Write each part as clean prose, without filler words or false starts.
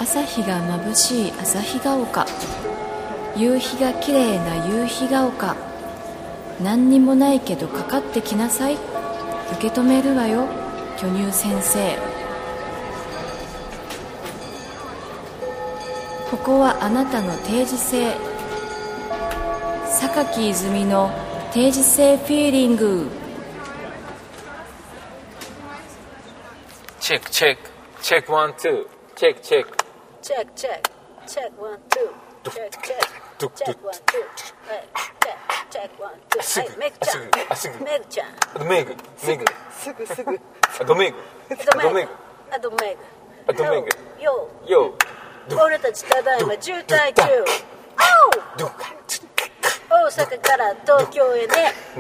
朝日が眩しい旭ヶ丘、夕日が綺麗な夕日が丘、何にもないけどかかってきなさい、受け止めるわよ巨乳先生。ここはあなたの定時性、榊泉の定時性フィーリング。 チェックチェックチェックワンツー、チェックチェックチェックチェックチェックワンツー、チェックチェックチェックワンツー、はいチェックワンツー、はいメグちゃん、メグちゃん、 あとメグすぐあとメグあとメグあとメグよよ俺たちただいま渋滞中、 ド大阪から東京へね、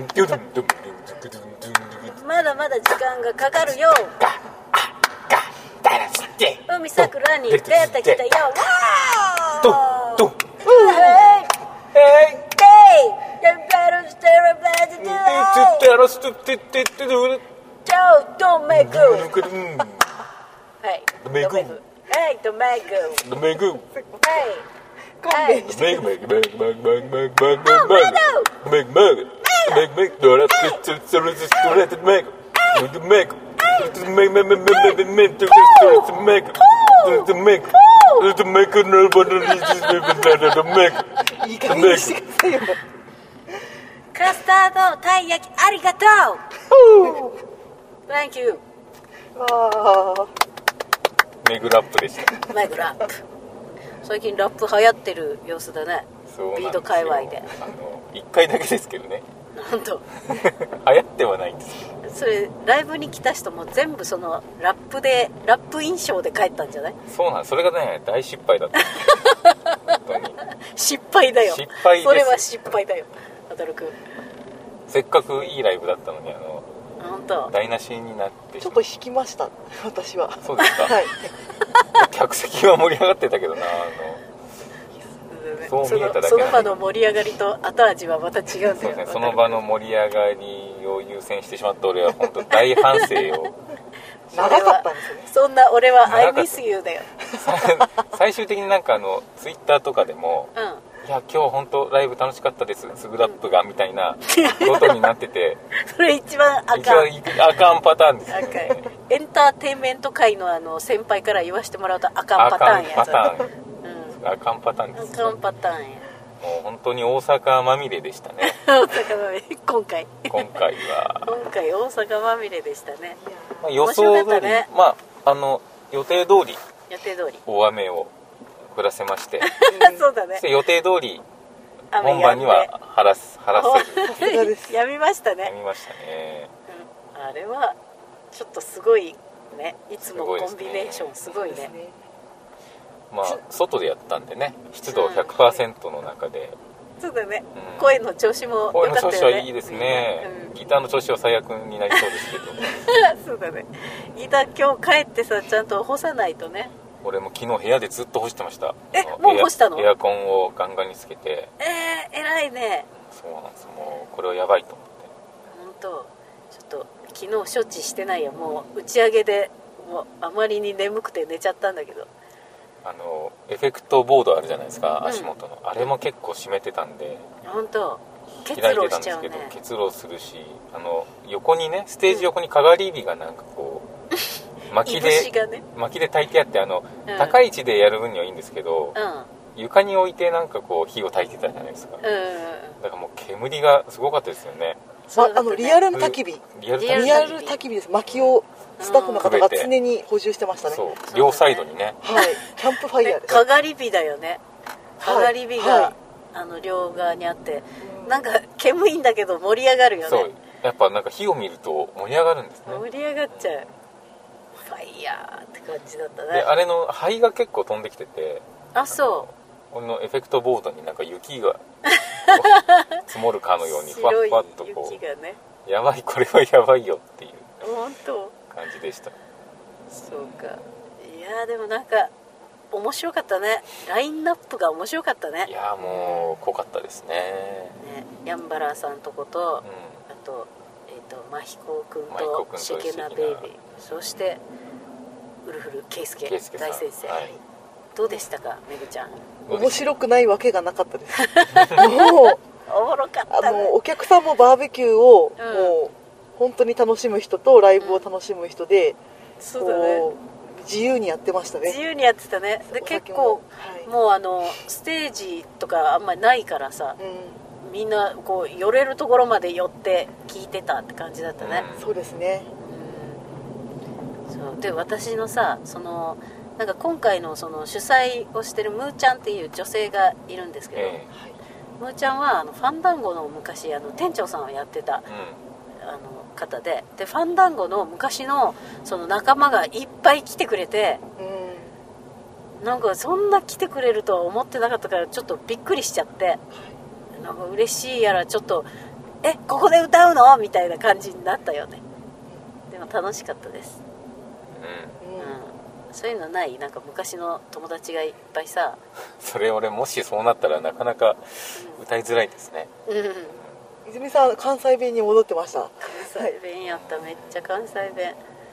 まだまだ時間がかかるよ。海桜に出てきたよ。わードンドメグ、はいドメグ、はいドメグ、 ドメグはいメグメグメグメグメグメグメグメグメグメグメグドラッツツルツドラッツメグメグメグメグメグメグメグメグメグメグのボディーズメグいい加減にしてくださいよ。 カスタードたい焼きありがとう。Thank you。 メグラップでした。 メグラップ。最近ラップ流行ってる様子だね。ビート界隈で。 1回だけですけどね。 なんと流行ってはないんですけど。 それライブに来た人も全部そのラップ印象で帰ったんじゃない？ そうなん、それがね大失敗だった。本当に失敗だよ。 失敗です。 それは失敗だよ。あたるくん。 せっかくいいライブだったのに本当。 台無しになってちょっと引きました私は。 そうですか。 はい。 客席は盛り上がってたけどな、そう見えただけその場の盛り上がりと後味はまた違うんだよ。 そうですね、その場の盛り上がりを優先してしまった俺は本当大反省を長かったんですよね。 そんな俺は I miss you だよ。 最終的になんかツイッターとかでも、いや今日本当ライブ楽しかったですスグラップがみたいなことになっててそれ一番あかんあかんパターンですよね。 エンターテインメント界の先輩から言わせてもらうとあかんパターンや。 あかんパターンです。 あかんパターンや。 もう本当に大阪まみれでしたね。 大阪まみれ今回大阪まみれでしたね。 予想通り、予定通り大雨を降らせましてそうだね。 予定通り本番には晴らせる。 やみましたね。 やみましたね。 あれはちょっとすごいね。いつもコンビネーションすごいね。 外でやったんでね、湿度 100% の中で。 そうだね。声の調子も良かったよね。 声の調子はいいですね。ギターの調子は最悪になりそうですけど。 そうだね。ギター今日帰ってさちゃんと干さないとね。 俺も昨日部屋でずっと干してました。 もう干したの？ エアコンをガンガンにつけて。 偉いね。 そうなんです。もうこれはやばいと思って。 本当。ちょっと昨日処置してないよ。もう打ち上げでもうあまりに眠くて寝ちゃったんだけど。 エフェクトボードあるじゃないですか、足元のあれも結構湿ってたんで本当開いてたんですけど結露するし、横にねステージ横にかがり火がなんかこう薪で焚いてあって高い位置でやる分にはいいんですけど、床に置いてなんかこう火を焚いてたじゃないですか、だからもう煙がすごかったですよね。 リアルの焚き火、リアル焚き火です。薪をスタッフの方が常に補充してましたね。 そう両サイドにね、 キャンプファイヤーでかがり火だよね。かがり火が、両側にあってなんか煙いんだけど盛り上がるよね。 そうやっぱなんか火を見ると盛り上がるんですね。 盛り上がっちゃう。ファイヤーって感じだったね。 であれの灰が結構飛んできてて、 そう俺のエフェクトボードになんか雪が積もるかのようにふわふわっとこう、 雪がね、 やばいこれはやばいよっていう本当感じでした。 そうか。いやでもなんか面白かったね。ラインナップが面白かったね。 いやもう濃かったですね。 ヤンバラーさんとこと、あとマヒコくんとシェケナベイビー、そしてウルフルケイスケ大先生、 どうでしたか、めぐちゃん。 面白くないわけがなかったですもうおもろかったね。 お客さんもバーベキューを、もう本当に楽しむ人とライブを楽しむ人で、 そうだね、 自由にやってましたね。 自由にやってたね。で結構、もうステージとかあんまりないからさ、みんなこう寄れるところまで寄って聞いてたって感じだったね。 そうですね。 そうで、私のさ、なんか今回のその主催をしてるムーちゃんっていう女性がいるんですけど、ムーちゃんはファンダンゴの昔店長さんをやってた、方で、ファンダンゴの昔のその仲間がいっぱい来てくれて、なんかそんな来てくれるとは思ってなかったからちょっとびっくりしちゃって、なんか嬉しいやらちょっとここで歌うのみたいな感じになったよね。でも楽しかったです。そういうのない？なんか昔の友達がいっぱいさ。 それ俺もしそうなったらなかなか歌いづらいですね。 泉さん関西弁に戻ってました。 関西弁やった、めっちゃ関西弁。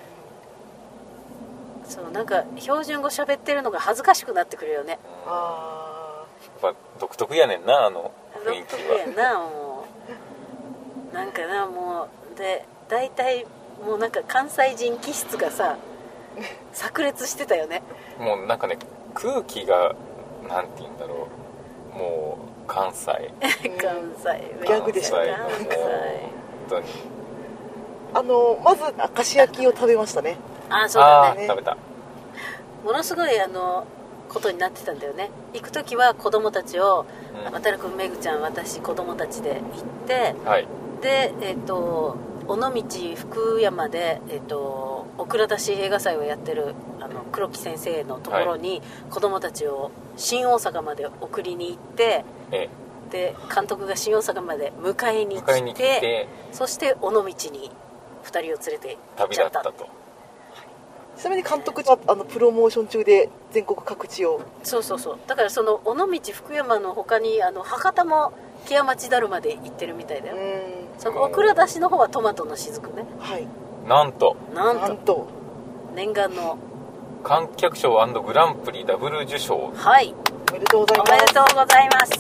そう、なんか標準語喋ってるのが恥ずかしくなってくるよね。 やっぱ独特やねんな、雰囲気は。 独特やな、もうなんかな、もうで大体もうなんか関西人気質がさ炸裂してたよね。もうなんかね、空気がなんて言うんだろう、もう関西関西ギャグでしたね。 本当にまず明石焼きを食べましたね。 そうだね、 食べた。 ものすごいことになってたんだよね。行く時は子供たちを、渡るくん、めぐちゃん、私子供たちで行って、で尾道福山でオクラ出し映画祭をやってる黒木先生のところに子供たちを新大阪まで送りに行って、で監督が新大阪まで迎えに来て、そして尾道に2人を連れて行っちゃったと。 ちなみに監督はプロモーション中で全国各地を。 そうだからその尾道福山の他に博多も木屋町だるまで行ってるみたいだよ。そのオクラ出しの方はトマトの雫ね。 なんと念願の観客賞&グランプリダブル受賞。 おめでとうございます。おめでとうございます。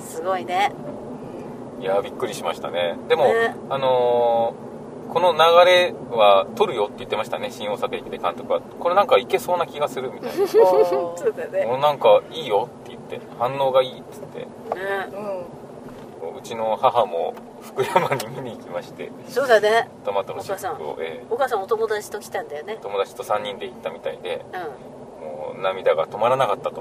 すごいね。 いやびっくりしましたね。でも、この流れは撮るよって言ってましたね、新大阪駅で監督は。これなんかいけそうな気がするみたいなそうだね。 もうなんかいいよって言って反応がいいっつって、うちの母も福山に見に行きまして。 そうだね、 トマトの雫を。 お母さんお友達と来たんだよね。 友達と3人で行ったみたいで、もう涙が止まらなかったと。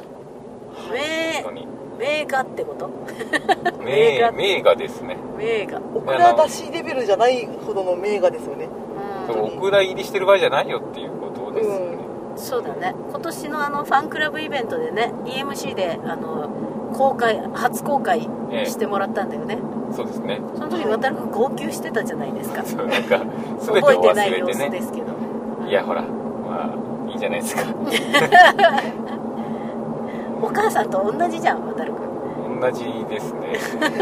名画ってこと名画ですね。 名画。 オクラ出しレベルじゃないほどの名画ですよね。 オクラ入りしてる場合じゃないよっていうことですよね。 そうだね。今年のファンクラブイベントでね、 EMC で初公開してもらったんだよね。 そうですね。 その時渡るくん号泣してたじゃないですか。 そう、なんか全てを忘れてね。覚えてない様子ですけど。いやほら、まあいいじゃないですか。 お母さんと同じじゃん、渡るくん。 同じですね。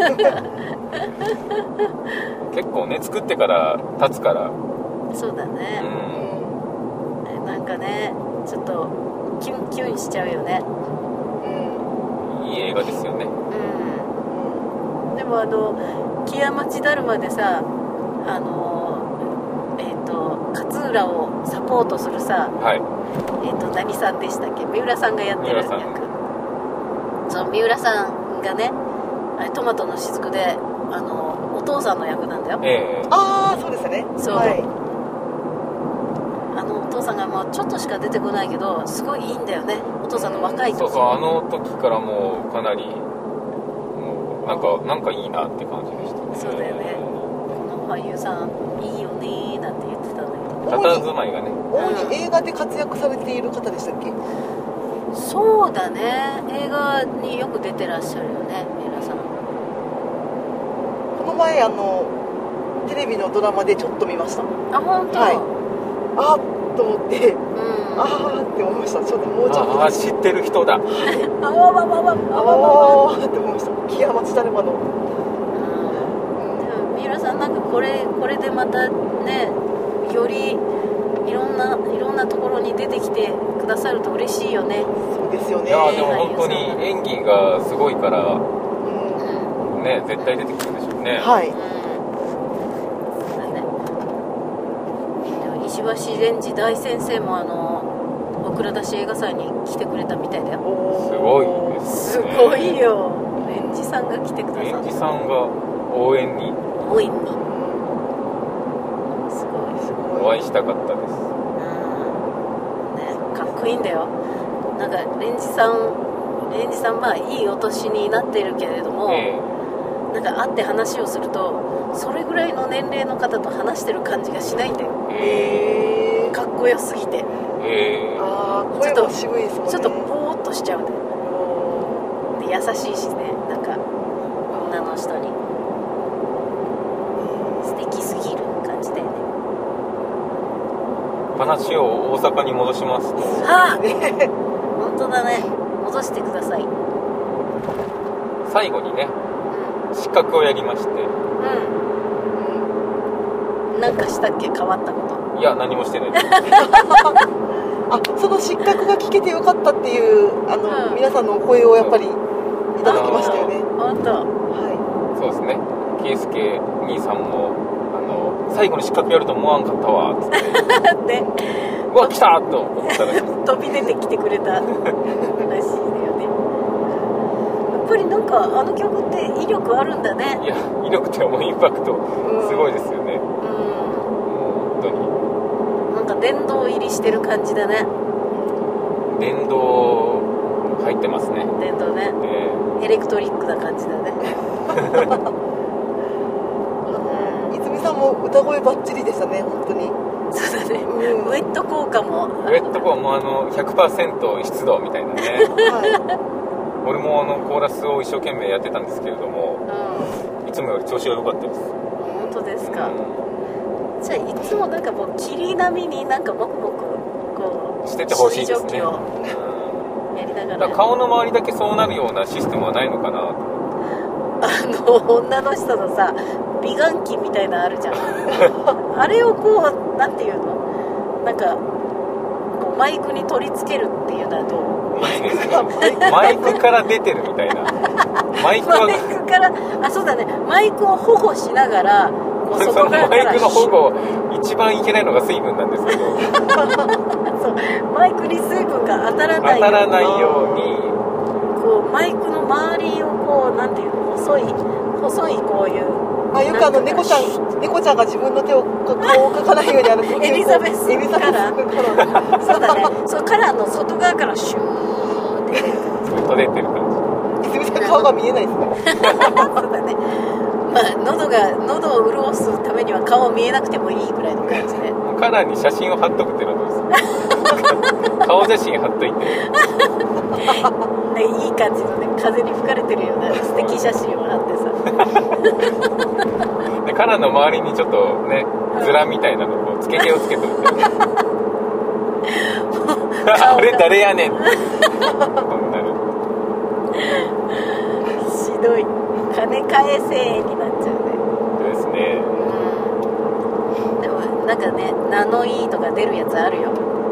結構ね、作ってから経つから。 そうだね。なんかね、ちょっとキュンしちゃうよね。 いい映画ですよね。 でも木屋町だるまでさ、勝浦をサポートするさ、何さんでしたっけ、三浦さんがやってる役。そう、三浦さんがね、トマトの雫でお父さんの役なんだよ。 そうですね。 そう、お父さんがもうちょっとしか出てこないけどすごいいいんだよね、お父さんの若い時。 そう時からもうかなりもうなんかいいなって感じでしたね。 そうだよね。この俳優さんいいよねなんて言ってたんだけど、佇まいがね。 主に映画で活躍されている方でしたっけ？ そうだね、映画によく出てらっしゃるよね、皆さん。 この前テレビのドラマでちょっと見ました。 本当？ と思って、って思いました。ちょっともうちょっと知ってる人だ。 って思いました。木屋町だるまの。 でも三浦さんなんかこれでまたね、よりいろんなところに出てきてくださると嬉しいよね。 そうですよね。 いやでも本当に演技がすごいから、ね、絶対出てくるでしょうね。 はい。 石橋蓮司大先生も小倉田市映画祭に来てくれたみたいだよ。 すごいですね。 すごいよ。蓮司さんが来てくださった。 蓮司さんが応援にすごいお会いしたかったです。 ね、かっこいいんだよ。なんか蓮司さんまあいいお年になってるけれども、なんか会って話をするとそれぐらいの年齢の方と話してる感じがしないんだよ。かっこよすぎて。 ああ、声も渋いですもんね。 ちょっとポーっとしちゃうんだよ。で優しいしね、なんか女の人に素敵すぎる感じだよね。 話を大阪に戻しますと、 はあ本当だね、戻してください。 最後にね、失格をやりまして、 なんかしたっけ、変わったこと。 いや何もしてないですあ、その失格が聞けてよかったっていう皆さんのお声をやっぱりいただきましたよね。 本当。 はい。 そうですね。圭介兄さんも最後に失格やると思わんかったわっつってで、 うわ来たと思ったら飛び出てきてくれたらしいだよね。やっぱりなんかあの曲って威力あるんだね。 いや威力ってインパクトすごいですよね。本当になんか殿堂入りしてる感じだね。 殿堂入ってますね。 殿堂ね、エレクトリックな感じだね。 泉さんも歌声バッチリでしたね、本当に。 そうだね、ウェット効果も 100% 湿度みたいなね、俺もコーラスを一生懸命やってたんですけれども、いつもより調子が良かったです。 本当ですか。じゃあいつもなんかもう霧並みになんかもくもくこうしててほしいですね。 やりながら、 顔の周りだけそうなるようなシステムはないのかな。 女の人のさ美顔器みたいなのあるじゃんあれをこうなんていうの、なんかこうマイクに取り付けるっていうのはどう？ マイクから出てるみたいな。マイクからそうだね、マイクを保護しながらこう外側からマイクの保護一番いけないのが水分なんですけどそうマイクに水分が当たらないようにこうマイクの周りをこうなんていうの、細いこういう、 よく猫ちゃんが自分の顔を描かないようにエリザベスカラーそうだね、そうカラーの外側からシューってずっと出てる感じ。泉さん顔が見えないですねそうだね、まあ喉を潤すためには顔見えなくてもいいぐらいの感じでカラーに写真を貼っとくっていうのはどうですか顔写真貼っといていい感じのね、風に吹かれてるような素敵写真を貼ってさでカラーの周りにちょっとねズラみたいなのをつけ毛をつけといてあれ誰やねんってひどい、金返せになっちゃうね。 ですね。 でもなんかね、ナノイーとか出るやつあるよ。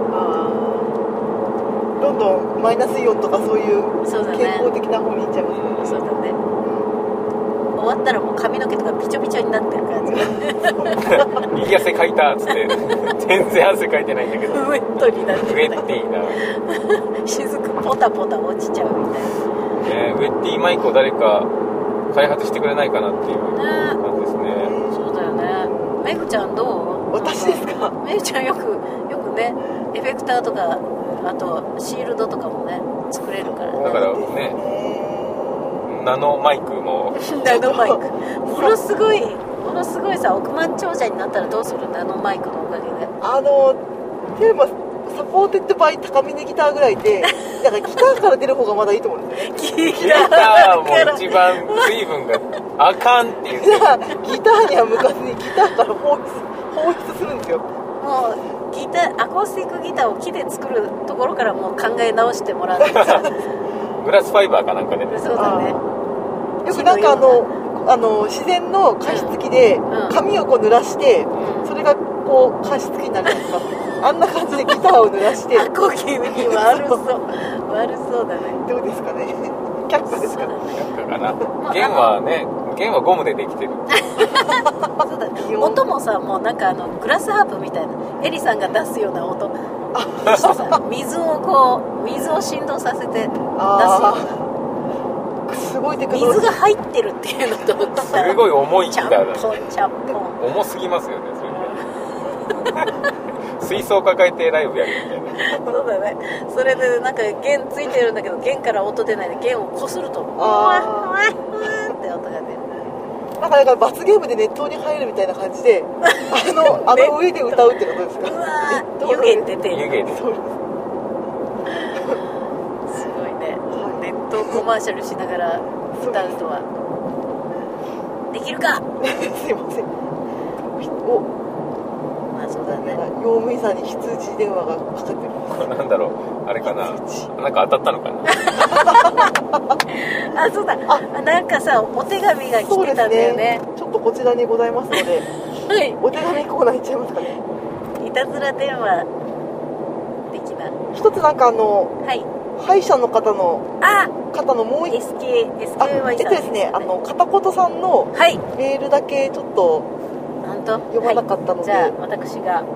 どんどんマイナスイオンとかそういう健康的な方にいっちゃいます。 そうだね。終わったらもう髪の毛とかびちょびちょになってる感じ。 右汗かいたっつって全然汗かいてないんだけど。 ウェットになってる。 ウェッティーな。 雫ポタポタ落ちちゃうみたいな。 ウェッティーマイクを誰か開発してくれないかなっていう感じですね。 そうだよね。めぐちゃんどう？ 私ですか？ めぐちゃんよくね、エフェクターとかあとシールドとかもね作れるから。 だからね、ナノマイクもナノマイクものすごいさ、億万長者になったらどうする？ナノマイクのおかげで例えばサポーテッドバイ高峰ギターぐらいで、だからギターから出る方がまだいいと思うんですよね。 ギターも一番水分があかんっていう。 ギターには向かずにギターから放出するんですよ。 もうアコースティックギターを木で作るところからもう考え直してもらってさグラスファイバーかなんかで、ね、 そうだね。 よくなんかこ自然の加湿器で髪をこう濡らして、それがこう加湿器になるんですか。あんな感じでギターを濡らして。 小気味悪そうだね。 どうですかね。却下ですかね。 却下かな。弦はゴムでできてる。 そうだ。音もさ、もうなんかグラスハープみたいな、エリさんが出すような音。水を振動させて出すような。 すごいテクノロジー。 水が入ってるっていうのとすごい重いギターだね。 チャンポン重すぎますよね、それで。水槽抱えてライブやるみたいな。 そうだね。それでなんか弦ついてるんだけど、弦から音出ないで弦をこするとって音が出る。 なんか罰ゲームで熱湯に入るみたいな感じで、あの上で歌うってことですか。 湯気出てる。 湯気で。 すごいね。熱湯コマーシャルしながら歌うとはできるか。 すいません。 まあそうだね。 用務員さんに非通知電話がかかってる。 これなんだろう、あれかな、なんか当たったのかな。 あ、そうだ。なんかさ、お手紙が来てたんだよね。 ちょっとこちらにございますので、 はい。 お手紙コーナー行っちゃいますかね。 いたずら電話的な。 一つなんかはい。 歯医者の方のもう一 SKY さんですね、片言さんのメールだけちょっと読まなかったので、 じゃあ私が、はい、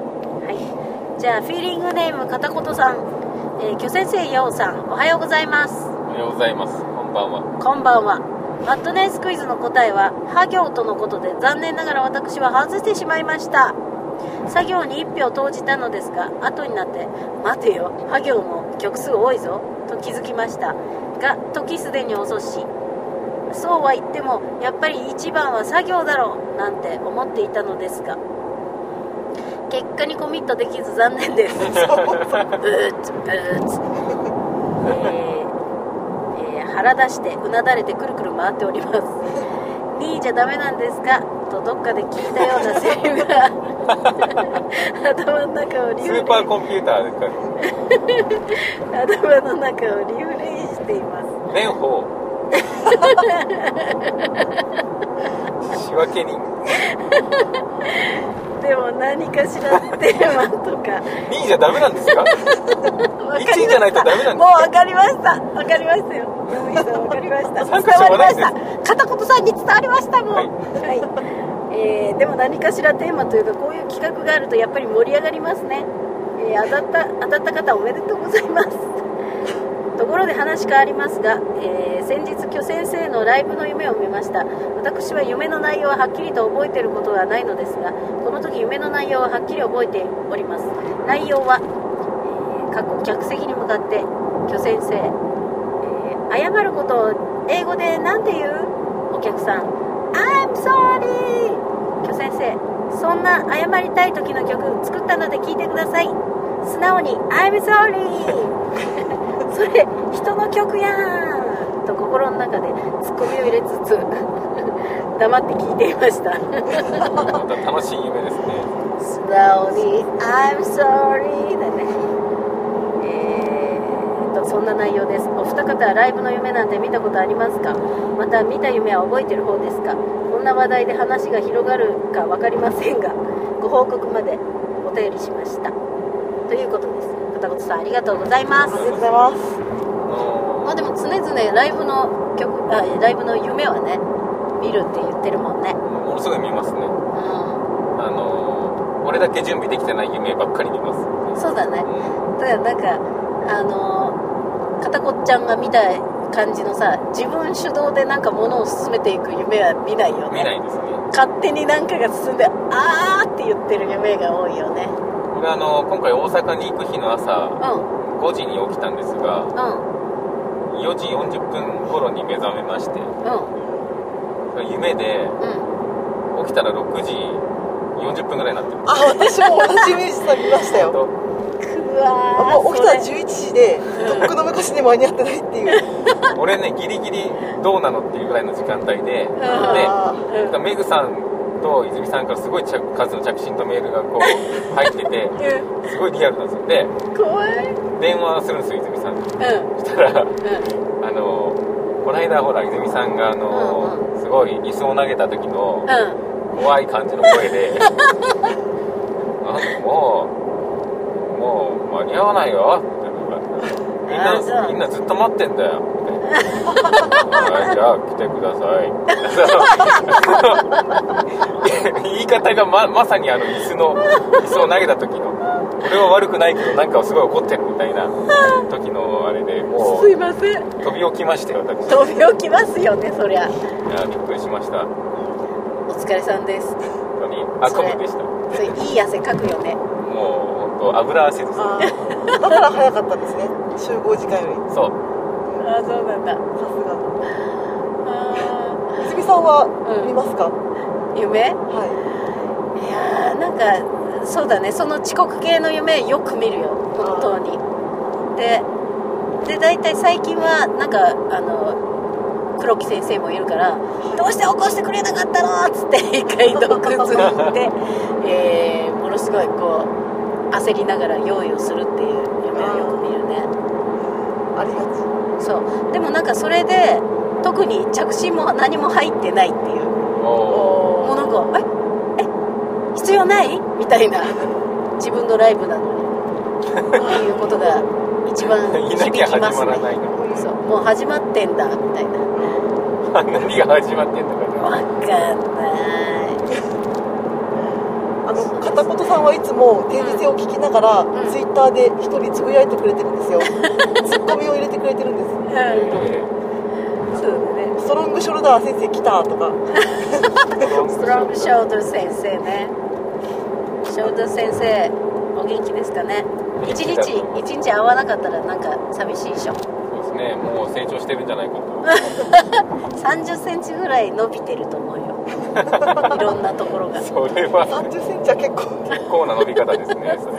じゃあフィーリングネーム片言さん、巨先生ようさん、おはようございます。 おはようございます。こんばんは。 こんばんは。マッドネスクイズの答えはハ行とのことで、残念ながら私は外してしまいました。作業に1票投じたのですが、後になって待てよ、ハ行も曲数多いぞと気づきましたが、時すでに遅し、そうは言ってもやっぱり一番は作業だろうなんて思っていたのですが、結果にコミットできず残念です。ブーツブーツ腹出してうなだれてくるくる回っております。2位じゃダメなんですかとどっかで聞いたようなセリフが頭の中をリフレイン、 スーパーコンピューターですか。 頭の中をリフレインしています。 蓮舫仕分け人。 でも何かしらテーマとか 2位じゃダメなんですか。1位じゃないとダメなんですか。 もう分かりました。分かりましたよ。分かりました。 参加者はないです。 片言さんに伝わりましたもん。 はい。 はい。でも何かしらテーマというか、こういう企画があるとやっぱり盛り上がりますね。当たった方おめでとうございます。ところで話変わりますが、先日巨先生のライブの夢を見ました。私は夢の内容ははっきりと覚えていることはないのですが、この時夢の内容ははっきり覚えております。内容は、客席に向かって巨先生、謝ることを英語で何て言う？お客さん I'm sorry。 巨先生、そんな謝りたい時の曲作ったので聴いてください。素直に I'm sorry それ人の曲やんと心の中でツッコミを入れつつ黙って聞いていました楽しい夢ですね。 素直に I'm sorry だね。そんな内容です。お二方はライブの夢なんて見たことありますか？また見た夢は覚えてる方ですか？こんな話題で話が広がるか分かりませんが、ご報告までお便りしましたということです。片言さんありがとうございます。 ありがとうございます。 まあでも常々ライブの夢はね見るって言ってるもんね。 ものすごい見ますね。俺だけ準備できてない夢ばっかり見ます。 そうだね。だからなんか片言ちゃんが見た感じのさ、自分主導でなんか物を進めていく夢は見ないよね。 見ないですね。 勝手になんかが進んであーって言ってる夢が多いよね。 俺今回大阪に行く日の朝、5時に起きたんですが、4時40分頃に目覚めまして、夢で、起きたら6時40分ぐらいになってる。 私も同じイメージさ見ましたよ。もう起きたら11時で、とっくの昔に間に合ってないっていう俺ね、ギリギリどうなのっていうぐらいの時間帯で、メグさんと泉さんからすごい数の着信とメールがこう入っててすごいリアルなんですよ。で、 怖い。 電話するんですよ、泉さんに。そしたら、 この間ほら泉さんがすごい椅子を投げた時の怖い感じの声でもう間に合わないよみんなずっと待ってんだよはい、じゃあ来てください言い方が まさに椅子を投げた時の俺は悪くないけどなんかすごい怒ってるみたいな時のあれでもうすいません飛び起きましたよ私。 飛び起きますよねそりゃ。 いやびっくりしました。 お疲れさんです。 本当にコムでした。 それいい汗かくよね。 もう本当油汗です。 だから早かったんですね集合時間より。 そう。 あ、そうなんだ。さすが。泉さんは見ますか？ 夢？ はい。 いやなんかそうだね、その遅刻系の夢よく見るよ本当に。で大体最近はなんか黒木先生もいるからどうして起こしてくれなかったのっつって一回洞窟に行って、ものすごいこう焦りながら用意をするっていう夢をよく見るね。 ありがち。 そうでもなんかそれで特に着信も何も入ってないっていう、もうなんか必要ないみたいな自分のライブなのにっていうことが一番響きますね。そう、もう始まってんだみたいな。 何が始まってんだか分かんない。 片言さんはいつも定時制を聞きながら、ツイッターで一人つぶやいてくれてるんですよ。ツッコミを入れてくれてるんです。 そうだね。 ストロングショルダー先生来たとか。 ストロングショルダー先生ね。ショルダー先生お元気ですかね。一日会わなかったらなんか寂しいでしょ。 そうですね、もう成長してるんじゃないかと。 30センチぐらい伸びてると思うよ。いろんなところが。 それは 30センチは結構な伸び方ですね。それ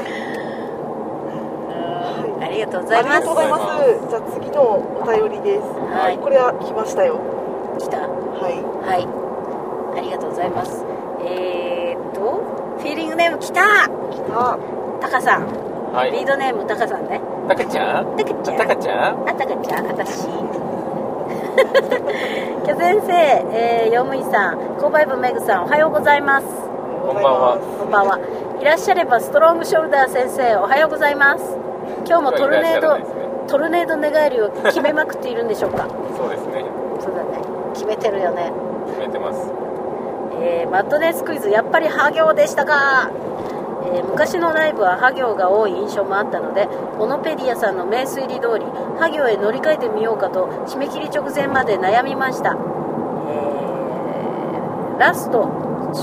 ありがとうございます。 ありがとうございます。じゃあ次のお便りです。 はい。 これは来ましたよ。 来た。 はいはい。ありがとうございます。フィーリングネーム来た。タカさん。 はい。 リードネームタカさんね。 タカちゃん。 タカちゃん。 タカちゃん。 あ、タカちゃん。私。キャ先生、ヨムイさん、購買部メグさん、おはようございます。 こんばんは。 こんばんは。いらっしゃればストロングショルダー先生、おはようございます。今日もトルネード寝返りを決めまくっているんでしょうか。 そうですね。 そうだね。決めてるよね。 決めてます。 マッドネスクイズやっぱりハ行でしたか。昔のライブはハ行が多い印象もあったので、オノペディアさんの名推理通りハ行へ乗り換えてみようかと締め切り直前まで悩みました。ラスト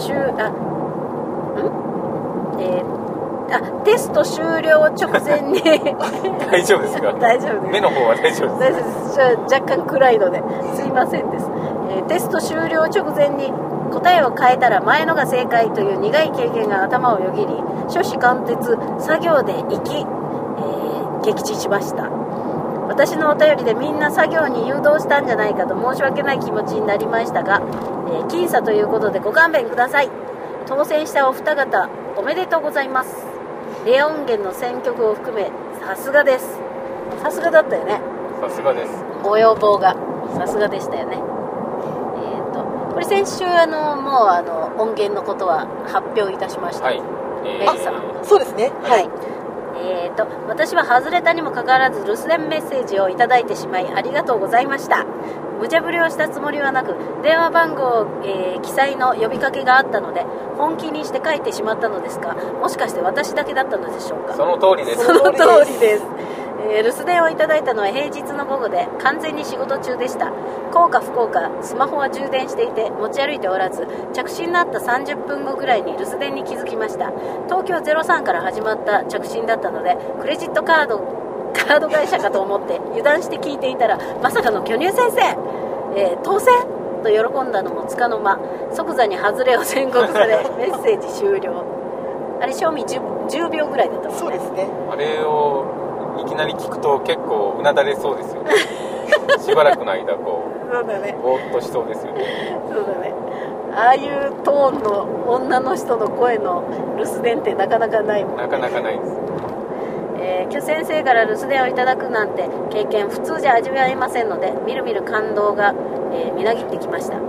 テスト終了直前に大丈夫ですか？ 大丈夫です。 目の方は大丈夫です。 若干暗いのですいませんです。テスト終了直前に答えを変えたら前のが正解という苦い経験が頭をよぎり、初志貫徹作業で撃沈しました。私のお便りでみんな作業に誘導したんじゃないかと申し訳ない気持ちになりましたが、僅差ということでご勘弁ください。当選したお二方おめでとうございます。レア音源の選曲を含めさすがです。さすがだったよね。 さすがです。 ご要望がさすがでしたよね。これ先週もう音源のことは発表いたしました。はい。 そうですね。 はい。私は外れたにもかかわらず留守電メッセージをいただいてしまいありがとうございました。無茶ぶりをしたつもりはなく、電話番号、記載の呼びかけがあったので本気にして書いてしまったのですが、もしかして私だけだったのでしょうか。 その通りです。 その通りです。留守電をいただいたのは平日の午後で完全に仕事中でした。幸か不幸かスマホは充電していて持ち歩いておらず、着信のあった30分後ぐらいに留守電に気づきました。東京03から始まった着信だったのでクレジットカード会社かと思って油断して聞いていたら、まさかの巨乳先生、当選と喜んだのもつかの間、即座に外れを宣告されメッセージ終了。あれ賞味 10秒ぐらいだったもんね。 そうですね。 あれをいきなり聞くと結構うなだれそうですよね。しばらくの間そうだね、 ぼーっとしそうですよね。 そうだね。ああいうトーンの女の人の声の留守電ってなかなかないもんね。 なかなかないです。 巨先生から留守電をいただくなんて経験普通じゃ味わえませんので、みるみる感動が、みなぎってきました。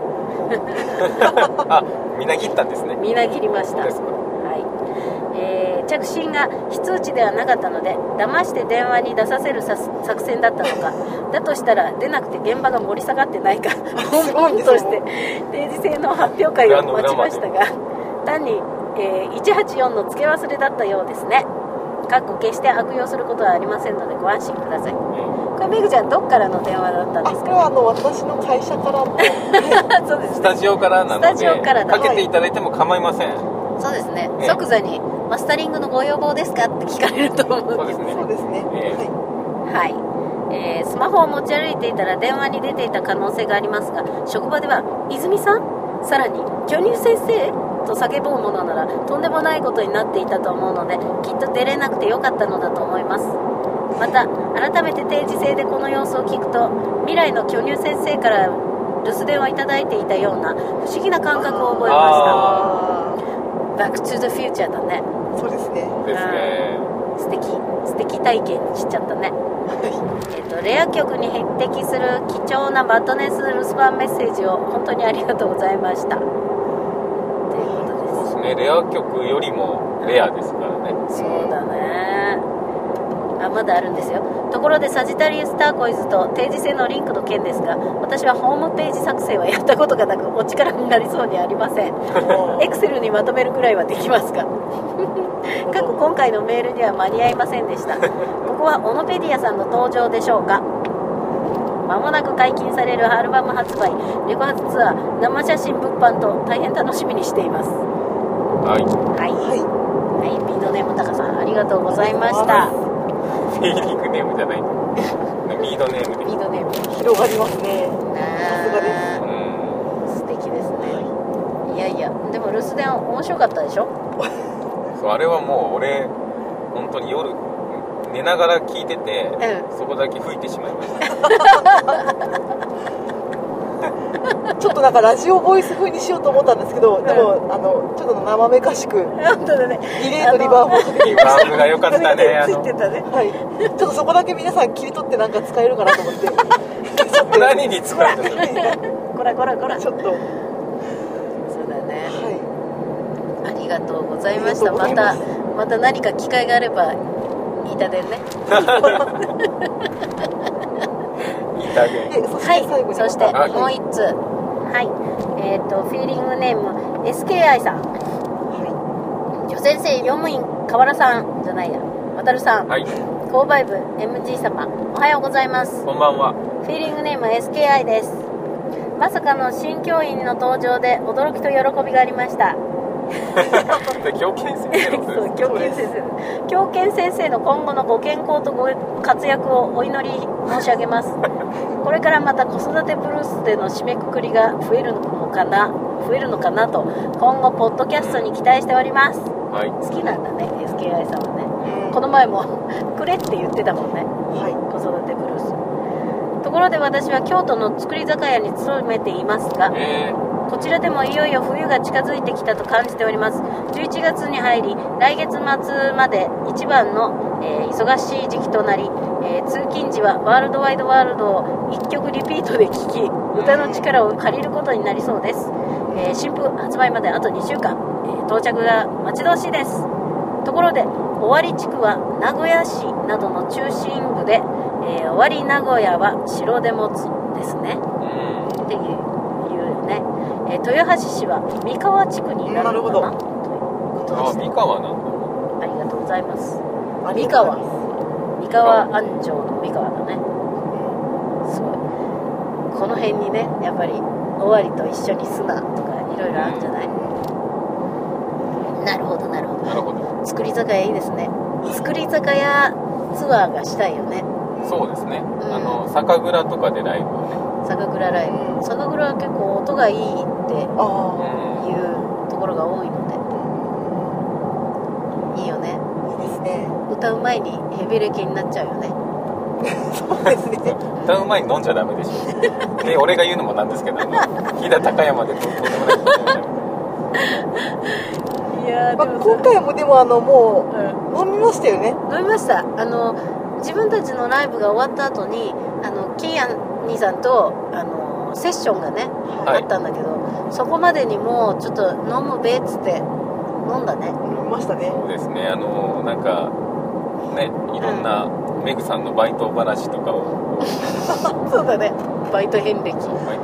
あ、みなぎったんですね。 みなぎりました。 そうですか。 はい。着信が非通知ではなかったので、騙して電話に出させる作戦だったのか、だとしたら出なくて現場が盛り下がってないか本番として定時制の発表会を待ちましたが、単に、184の付け忘れだったようですね。決して悪用することはありませんのでご安心ください。これめぐちゃんどっからの電話だったんですか？ これは私の会社からのそうです、ね、 スタジオからなので、 スタジオからかけていただいても構いません。 そうですね、即座にマスタリングのご要望ですかって聞かれると思うんです。 そうですね、 はい、スマホを持ち歩いていたら電話に出ていた可能性がありますが、職場では泉さん、さらに巨乳先生と叫ぶものならとんでもないことになっていたと思うので、きっと出れなくてよかったのだと思います。また改めて定時制でこの様子を聞くと、未来の巨乳先生から留守電をいただいていたような不思議な感覚を覚えました。バックトゥザフューチャーだね。 そうですね。 ですね。 素敵体験にしちゃったね。レア曲に匹敵する貴重なバッドネス留守番メッセージを本当にありがとうございました。ということです。 そうですね。レア曲よりもレアですからね。 そうだね。まだあるんですよ。ところでサジタリウスターコイズと定時制のリンクの件ですが、私はホームページ作成はやったことがなく、お力になりそうにありません。エクセルにまとめるくらいはできますが今回のメールには間に合いませんでした。ここはオノペディアさんの登場でしょうか。まもなく解禁されるアルバム発売、レコ発ツアー、生写真物販と大変楽しみにしています。 はいはい、ビードネームタカさん、ありがとうございました。 フィーリングネームじゃないのビードネームで。 ビードネーム広がりますね。 素敵ですね。いやいや、でも留守電面白かったでしょ。 そう、あれはもう俺本当に夜寝ながら聞いてて、そこだけ吹いてしまいましたちょっとなんかラジオボイス風にしようと思ったんですけど、でもちょっと生めかしく本当だね、 リレーとリバーブをかけてリバーブが良かったね。 ついてたね。 はい、ちょっとそこだけ皆さん切り取ってなんか使えるかなと思って何に使うの？ こらちょっとそうだね、ありがとうございました。また何か機会があればいたでねはい、 そしてもう一通、はい、フィーリングネーム SKI さん、女先生、用務員河原さんじゃないや、渡さん、購買部 MG 様、おはようございます。 こんばんは。 フィーリングネーム SKI です。まさかの新教員の登場で驚きと喜びがありました。 狂犬先生のことです。 狂犬先生の今後のご健康とご活躍をお祈り申し上げます。これからまた子育てブルースでの締めくくりが増えるのかなと、今後ポッドキャストに期待しております。好きなんだね、 SKI さんはね。この前もくれって言ってたもんね、子育てブルース。ところで私は京都の造り酒屋に勤めていますが、こちらでもいよいよ冬が近づいてきたと感じております。11月に入り、来月末まで一番の、忙しい時期となり、通勤時はワールドワイドワールドを1曲リピートで聴き、歌の力を借りることになりそうです。新譜発売まであと2週間、到着が待ち遠しいです。ところで尾張地区は名古屋市などの中心部で、尾張名古屋は城で持つですね、っていうね。豊橋市は三河地区になるのかなということです。 三河なんだ。 ありがとうございます。三河安城の三河だね。すごい。この辺にね、やっぱり尾張と一緒に砂とかいろいろあるんじゃない？なるほど。造り酒屋いいですね。造り酒屋ツアーがしたいよね。 そうですね、酒蔵とかでライブをね。 酒蔵ライブ、酒蔵は結構音がいいっていうところが多いので、いいよね。 いいですね。 歌う前にヘビレケになっちゃうよね。 そうですね。 歌う前に飲んじゃダメでしょ。で、俺が言うのもなんですけど、飛騨高山でとんでもない。 いや、 今回もでももう飲飲みましたよね。 飲みました。自分たちのライブが終わった後にキーヤン兄さんとセッションがね、あったんだけど、そこまでにもうちょっと飲むべっつって飲んだね。 飲みましたね。 そうですね。なんかね、いろんなメグさんのバイト話とかをそうだね。バイト遍歴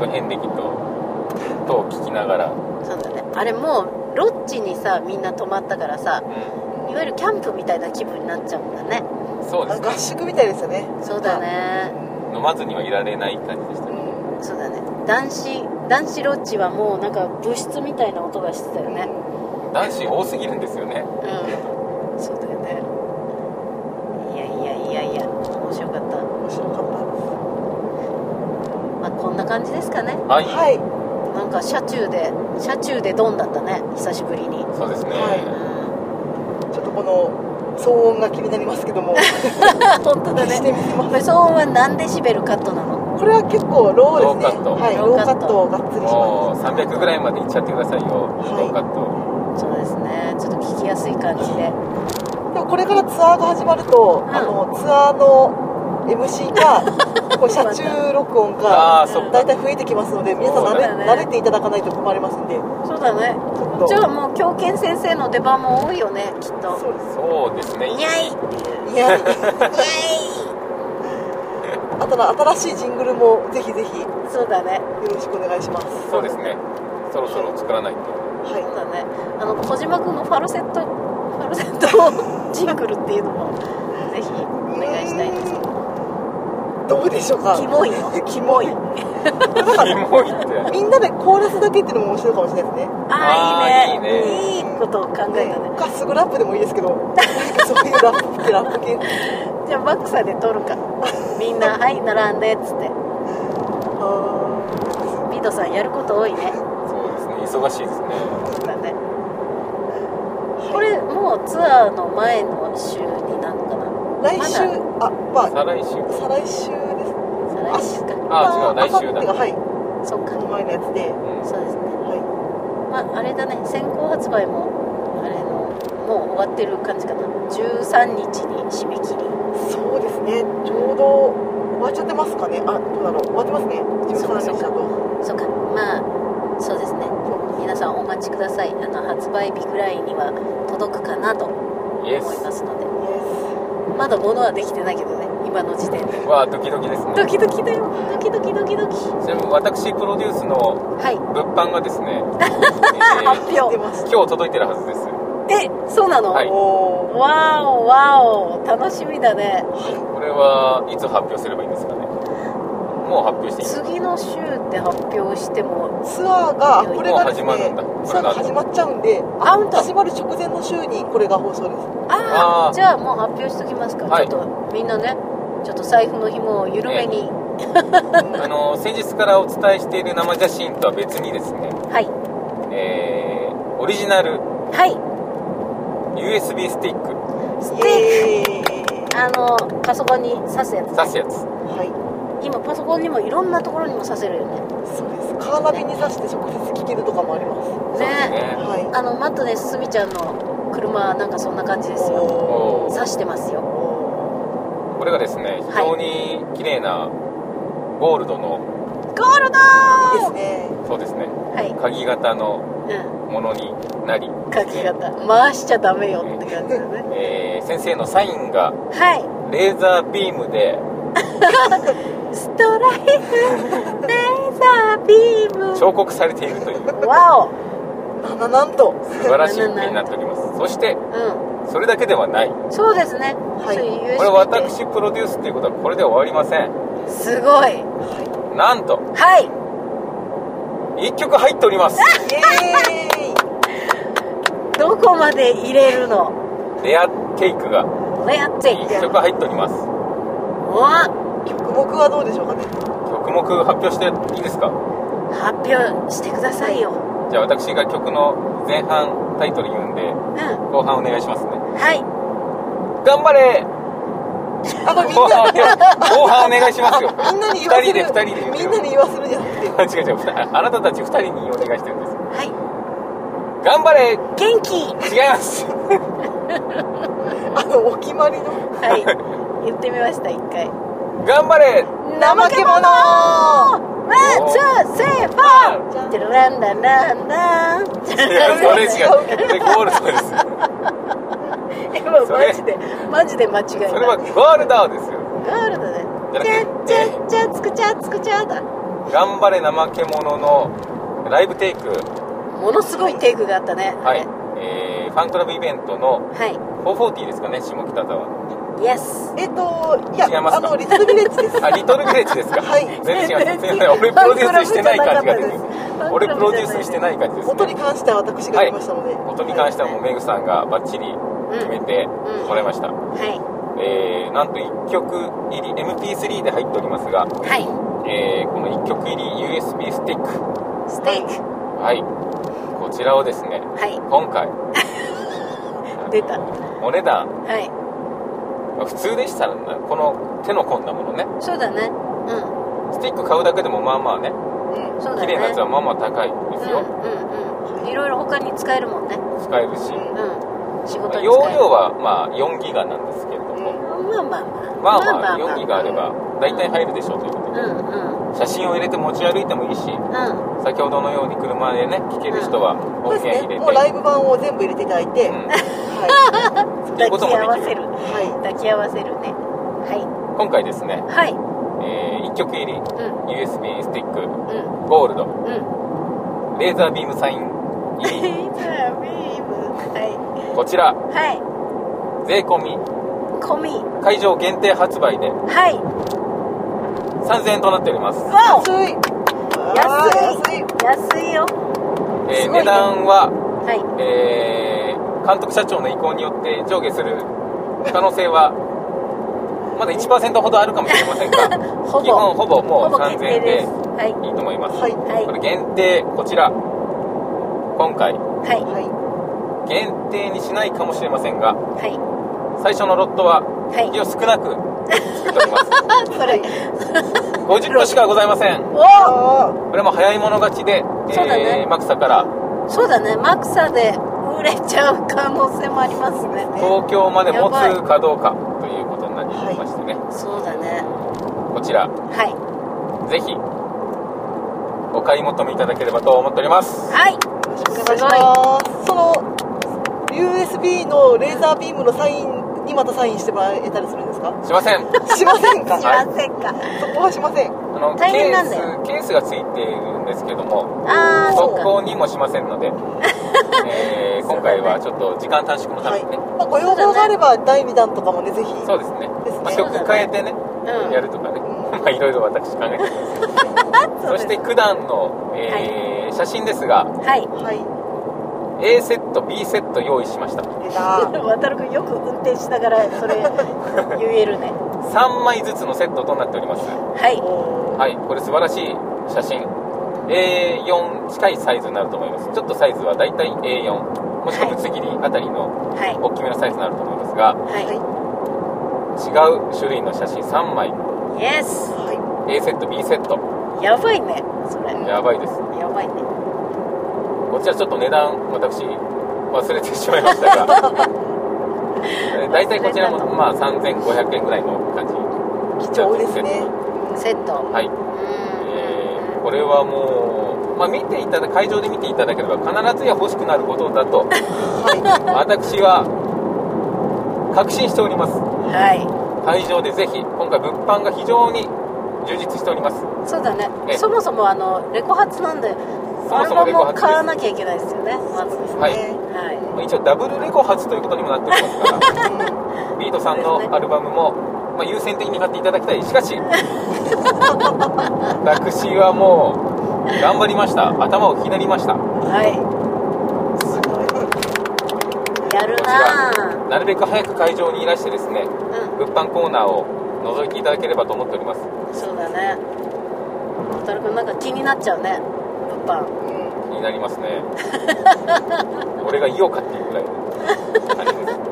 と聞きながら。 そうだね。あれもうロッジにさみんな泊まったからさ、いわゆるキャンプみたいな気分になっちゃうんだね。 そうですね。 合宿みたいですよね。 そうだね。 飲まずにはいられない感じでしたね。 そうだね。男子ロッジはもうなんか物質みたいな音がしてたよね。 男子多すぎるんですよね。 そうだよね。いや面白かった。まあこんな感じですかね。 はい。 なんか車中でドンだったね、久しぶりに。 そうですね。 ちょっとこの騒音が気になりますけども本当だね。騒音は何デシベルカットなの？ これは結構ローですね。ローカットをがっつりします。300ぐらいまでいっちゃってくださいよ、ローカット。 そうですね、ちょっと聞きやすい感じで。 でもこれからツアーが始まると、ツアーの MC かこう車中録音かだいたい増えてきますので、皆さん慣れていただかないと困りますんで。 そうだね。じゃあもう狂犬先生の出番も多いよね、きっと。 そうですね。 イエイあと新しいジングルもぜひぜひ。 そうだね。 よろしくお願いします。 そうですね。そろそろ作らないと。 そうだね。小島君のファルセットジングルっていうのもぜひお願いしたいんですけど。 どうでしょうか。 キモいの？キモい。 キモいって。 みんなでコーラスだけっていうのも面白いかもしれないですね。 いいね。いいことを考えたね。 かスグラップでもいいですけど、そういうラップ系。 じゃあバックサで撮るか。みんなはい並んでっつって。ビドさんやること多いね。 そうですね。忙しいですね。 そうだね。これもうツアーの前の週になるのかな。 来週、再来週です。 再来週か。 違う、来週だ。 はい。 そうか。 前のやつで。 そうですね。まああれだね。先行発売ももう終わってる感じかな。13日に締め切り。 そうですね。ちょうど終わっちゃってますかね。どうだろう。終わってますね。13日だと。 そうか。まあそうですね。皆さんお待ちください。発売日ぐらいには届くかなと思いますので。まだ物はできてないけどね、今の時点で。 わあ、ドキドキですね。 ドキドキだよ。ドキドキ。 ちなみに私プロデュースの物販がですね、 発表今日届いてるはずです。 そうなの？ はい。 わお、楽しみだね。 これはいつ発表すればいいんですかね。もう発表していい？ 次の週で発表してもツアーがこれがですね、 始まるんだ。 ツアーが始まっちゃうんで、始まる直前の週にこれが放送です。 じゃあもう発表しときますか。ちょっとみんなね、ちょっと財布の紐を緩めに。 先日からお伝えしている生写真とは別にですね。 はい。 オリジナル。 はい。 USB スティック。 パソコンに挿すやつ。 はい。 今パソコンにもいろんなところにも挿せるよね。 そうです。カーナビに挿して直接聞けるとかもありますね。マットネスすみちゃんの車なんかそんな感じですよ。挿してますよ。 これがですね、非常に綺麗なゴールドのいいですね。 そうですね。鍵型のものになり、 鍵型回しちゃダメよって感じだね。先生のサインがレーザービームでストライクレーザービーム彫刻されているという。 わお、なんと素晴らしい一品になっております。そしてそれだけではない。 そうですね。 これ私プロデュースっていうことはこれで終わりません。 すごい。 なんと1曲入っております。 どこまで入れるの？ レアテイクが1曲入っております。 曲目はどうでしょうかね。 曲目発表していいですか？ 発表してくださいよ。 じゃあ私が曲の前半タイトル言うんで、後半お願いしますね。頑張れ。後半お願いしますよ。 みんなに言わせる。 2人でみんなに言わせるじゃなくて。 違うあなたたち2人にお願いしてるんです。頑張れ。 元気。 違います。 お決まりのはい言ってみました。1回頑張れ怠け者。 ワンツーセーフォーランランランラン。 いやそれ違う、それゴールドです。 今マジで間違えた。 それはゴールドですよ。 ゴールドね。チャつくちゃだ。 頑張れ怠け者のライブテイク、 ものすごいテイクがあったね。 はい、ファンクラブイベントの440ですかね、下北沢の。 イエス。 いや、 違いますか？ リトルビレッジです。 リトルビレッジですか？ はい。 全然違います。俺プロデュースしてない感じが出てる。俺プロデュースしてない感じですね。 音に関しては私がやりましたので、 音に関してはもうメグさんがバッチリ決めてもらいました。はい。なんと1曲入り MP3 で入っておりますが、はい。この1曲入り USB スティック。はい。こちらをですね、はい、今回出た。 お値段。 はい。 普通でしたらね、この手の込んだものね。 そうだね。 スティック買うだけでもまあまあね。 そうだね。 綺麗なやつはまあまあ高いですよ。 いろいろ他に使えるもんね。 使えるし。 仕事に使える。 容量はまあ4ギガなんですけれども。 まあ 4ギガあれば大体入るでしょうということで。写真を入れて持ち歩いてもいいし、先ほどのように車でね聴ける人は音源入れて、 もうライブ版を全部入れていただいて、 抱き合わせる。 抱き合わせるね。はい。 今回ですね。はい。1曲入り USB スティックゴールド、レーザービームサイン入り。レーザービーム。はい。こちら。はい。税込み。会場限定発売で。はい。3000円となっております。 安いよ。 値段は、監督社長の意向によって上下する可能性はまだ 1% ほどあるかもしれませんが基本ほぼもう3000円でいいと思います。これ限定、こちら今回、限定にしないかもしれませんが、最初のロットは量少なく作っておりますそれ50個しかございません。これも早い者勝ちで、マクサからそうだね、マクサで売れちゃう可能性もありますね。 東京まで持つかどうかということになりましてね、 そうだね。 こちら、ぜひお買い求めいただければと思っております。 はい、よろしくお願いします。その USB のレーザービームのサインにまたサインしてもらえたりするんですか？ しません。 しませんか？ しませんか。 そこはしません。 大変なんだよ。 ケースがついているんですけども、そこにもしませんので、今回はちょっと時間短縮のためにね、 ご要望があれば第2弾とかもね、ぜひ。 そうですね。曲変えてね、やるとかね、いろいろ私考えてます。そして九段の写真ですが、A セット B セット用意しました。 渡るくんよく運転しながらそれ言えるね。 3枚ずつのセットとなっております。はい、これ素晴らしい写真。A4 近いサイズになると思います。ちょっとサイズはだいたい A4 もしくはぶつ切りあたりの大きめのサイズになると思いますが、違う種類の写真3枚。 イエス。 A セット B セット。 やばいねそれ。 やばいです。 やばいね。 こちらちょっと値段私忘れてしまいましたがだいたいこちらもまあ3500円ぐらいの感じ。 貴重ですね。 セット。 はい。これはもう、見ていただ会場で見ていただければ必ずや欲しくなることだと、私は確信しております。会場でぜひ今回物販が非常に充実しております。 そうだね。そもそもレコ発なんでアルバムも買わなきゃいけないですよね、まずですね。 一応ダブルレコ発ということにもなっておりますからビートさんのアルバムも、優先的に買っていただきたい。しかし私はもう頑張りました。頭をひねりました。 すごいやるな。 なるべく早く会場にいらしてですね、物販コーナーを覗いていただければと思っております。 そうだね。渡るくんなんか気になっちゃうね、物販。 気になりますね俺が言おうかっていうぐらい感じです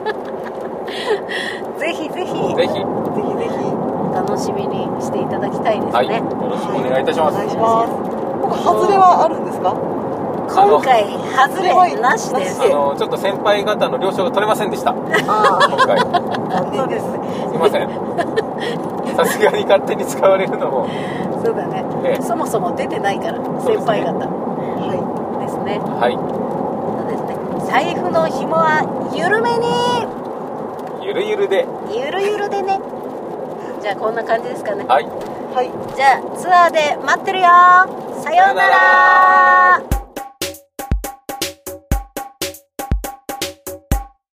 ぜひぜひ楽しみにしていただきたいですね。 よろしくお願いいたします。 外れはあるんですか？ 外今回外れなしです。 ちょっと先輩方の了承が取れませんでした。今回そうです。 すいません。さすがに勝手に使われるのも。 そうだね。そもそも出てないから先輩方。はいですね。 はい。 そうですね。財布の紐は緩めに。 ゆるゆるで。 ゆるゆるでね。じゃあこんな感じですかね。 はい。 はい。じゃあツアーで待ってるよ。さようなら。